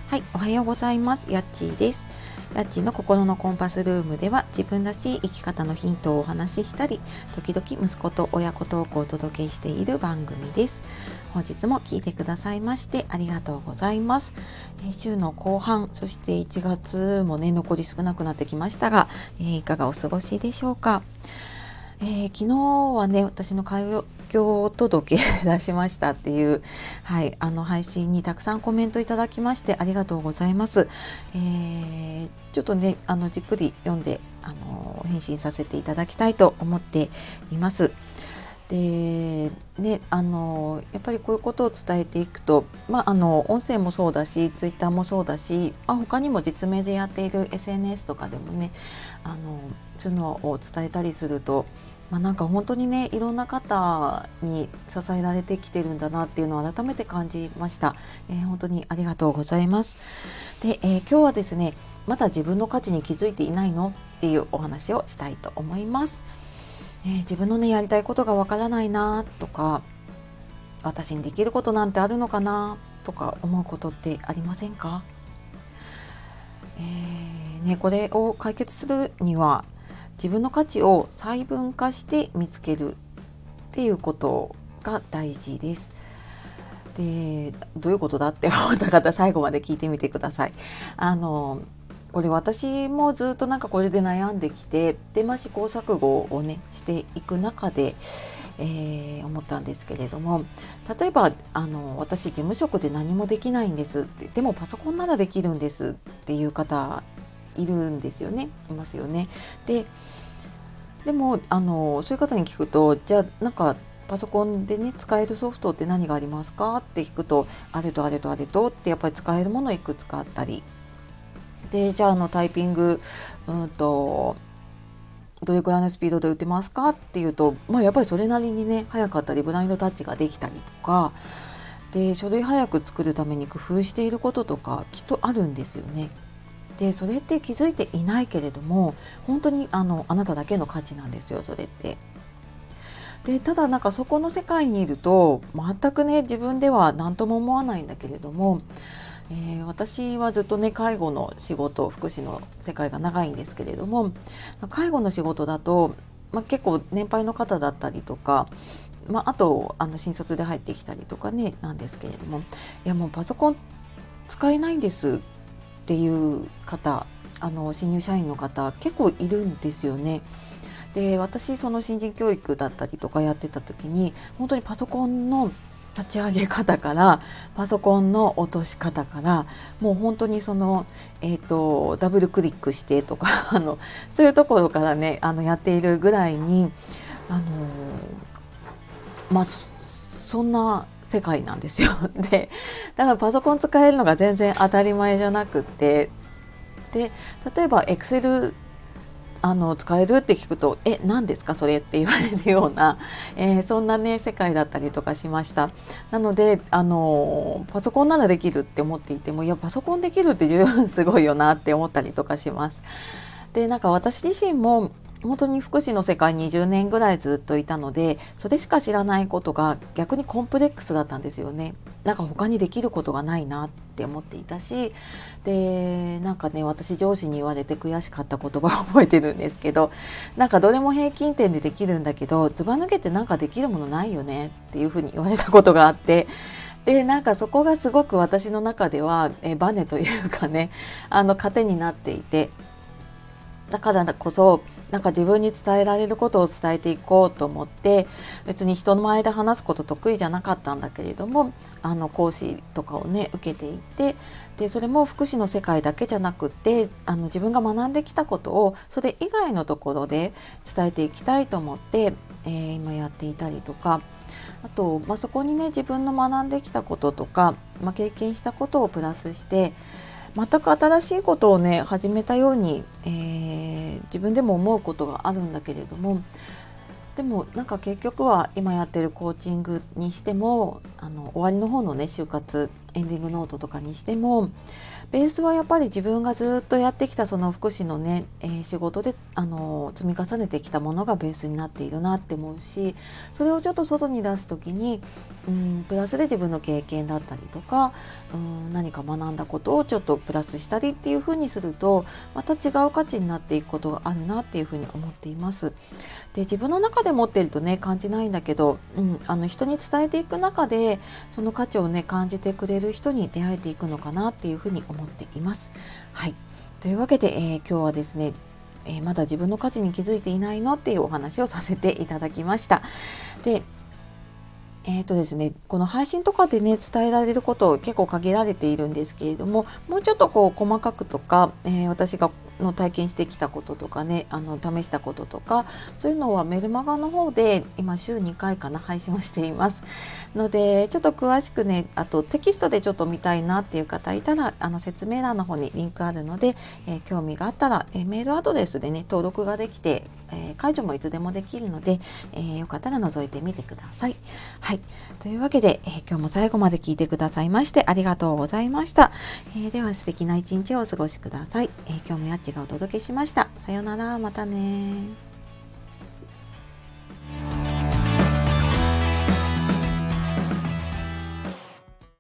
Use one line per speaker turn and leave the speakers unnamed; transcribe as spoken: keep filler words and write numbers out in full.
はい、おはようございます。やっちーです。やっちーの心のコンパスルームでは、自分らしい生き方のヒントをお話ししたり、時々息子と親子トークをお届けしている番組です。本日も聞いてくださいましてありがとうございます。えー、週の後半、そしていちがつもね、残り少なくなってきましたが、えー、いかがお過ごしでしょうか。えー、昨日はね、私の開業届出しましたっていう、はい、あの配信にたくさんコメントいただきましてありがとうございます。えー、ちょっとね、あのじっくり読んであの返信させていただきたいと思っています。でね、あのやっぱりこういうことを伝えていくと、まあ、あの音声もそうだしツイッターもそうだし、まあ、他にも実名でやっている エスエヌエス とかでもね、あのそういうのを伝えたりすると、まあ、なんか本当にね、いろんな方に支えられてきてるんだなっていうのを改めて感じました。えー、本当にありがとうございます。で、えー、今日はですね、まだ自分の価値に気づいていないのっていうお話をしたいと思います。えー、自分のね、やりたいことがわからないなとか、私にできることなんてあるのかなとか思うことってありませんか？えーね、これを解決するには、自分の価値を細分化して見つけるっていうことが大事です。で、どういうことだって思った方、最後まで聞いてみてください。あのこれ私もずっとなんかこれで悩んできて、で、まあ、試行錯誤をねしていく中で、えー、思ったんですけれども、例えばあの私事務職で何もできないんですって、でもパソコンならできるんですっていう方いるんですよね、いますよね。で、でもあのそういう方に聞くと、じゃあなんかパソコンでね使えるソフトって何がありますかって聞くと、あれとあれとあれとってやっぱり使えるものをいくつかあったりで、じゃあ、あのタイピングうんとどれくらいのスピードで打てますかっていうと、まあ、やっぱりそれなりにね早かったり、ブラインドタッチができたりとかで、書類早く作るために工夫していることとかきっとあるんですよね。で、それって気づいていないけれども、本当にあのあなただけの価値なんですよ、それって。で、ただなんかそこの世界にいると全くね、自分では何とも思わないんだけれども、えー、私はずっとね介護の仕事、福祉の世界が長いんですけれども、介護の仕事だと、まあ、結構年配の方だったりとか、まあ、あとあの新卒で入ってきたりとかねなんですけれども、いやもうパソコン使えないんですっていう方、あの新入社員の方結構いるんですよね。で、私その新人教育だったりとかやってた時に、本当にパソコンの立ち上げ方からパソコンの落とし方から、もう本当にその、えーと、ダブルクリックしてとかあのそういうところからねあのやっているぐらいに、あのまあ そ, そんな世界なんですよ。で、だからパソコン使えるのが全然当たり前じゃなくて、で、例えば Excelあの使えるって聞くと、え、何ですかそれって言われるような、えー、そんなね世界だったりとかしました。なので、あのパソコンならできるって思っていても、いやパソコンできるって十分すごいよなって思ったりとかします。で、なんか私自身も本当に福祉の世界にじゅうねんぐらいずっといたので、それしか知らないことが逆にコンプレックスだったんですよね。なんか他にできることがないなって思っていたし、で、なんかね、私上司に言われて悔しかった言葉を覚えてるんですけど、なんかどれも平均点でできるんだけど、ずば抜けてなんかできるものないよねっていうふうに言われたことがあって、で、なんかそこがすごく私の中ではえバネというかね、あの糧になっていて、だからこそなんか自分に伝えられることを伝えていこうと思って、別に人の前で話すこと得意じゃなかったんだけれども、あの講師とかをね受けていて、でそれも福祉の世界だけじゃなくて、あの自分が学んできたことをそれ以外のところで伝えていきたいと思って、えー、今やっていたりとか、あと、まあ、そこにね自分の学んできたこととか、まあ、経験したことをプラスして全く新しいことをね始めたように、えー、自分でも思うことがあるんだけれども、でもなんか結局は今やってるコーチングにしても、あの終わりの方のね就活エンディングノートとかにしても、ベースはやっぱり自分がずっとやってきたその福祉のね、えー、仕事であの積み重ねてきたものがベースになっているなって思うし、それをちょっと外に出す時に、うん、プラスで自分の経験だったりとか、うん、何か学んだことをちょっとプラスしたりっていう風にすると、また違う価値になっていくことがあるなっていう風に思っています。で、自分の中で持っているとね感じないんだけど、うん、あの人に伝えていく中でその価値をね感じてくれる人に出会えていくのかなっていう風に思っています。はい、というわけで、えー、今日はですね、えー、まだ自分の価値に気づいていないのっていうお話をさせていただきました。でえーとですね、この配信とかでね伝えられること結構限られているんですけれども、もうちょっとこう細かくとか、えー、私がの体験してきたこととかね、あの試したこととか、そういうのはメルマガの方で今週にかいかな配信をしていますので、ちょっと詳しくね、あとテキストでちょっと見たいなっていう方いたら、あの説明欄の方にリンクあるので、えー、興味があったら、えー、メールアドレスでね登録ができて、えー、解除もいつでもできるので、えー、よかったら覗いてみてください。はい、というわけで、えー、今日も最後まで聞いてくださいましてありがとうございました。えー、では素敵な一日をお過ごしください。えー、今日もやっちがお届けしました。さようなら、またね。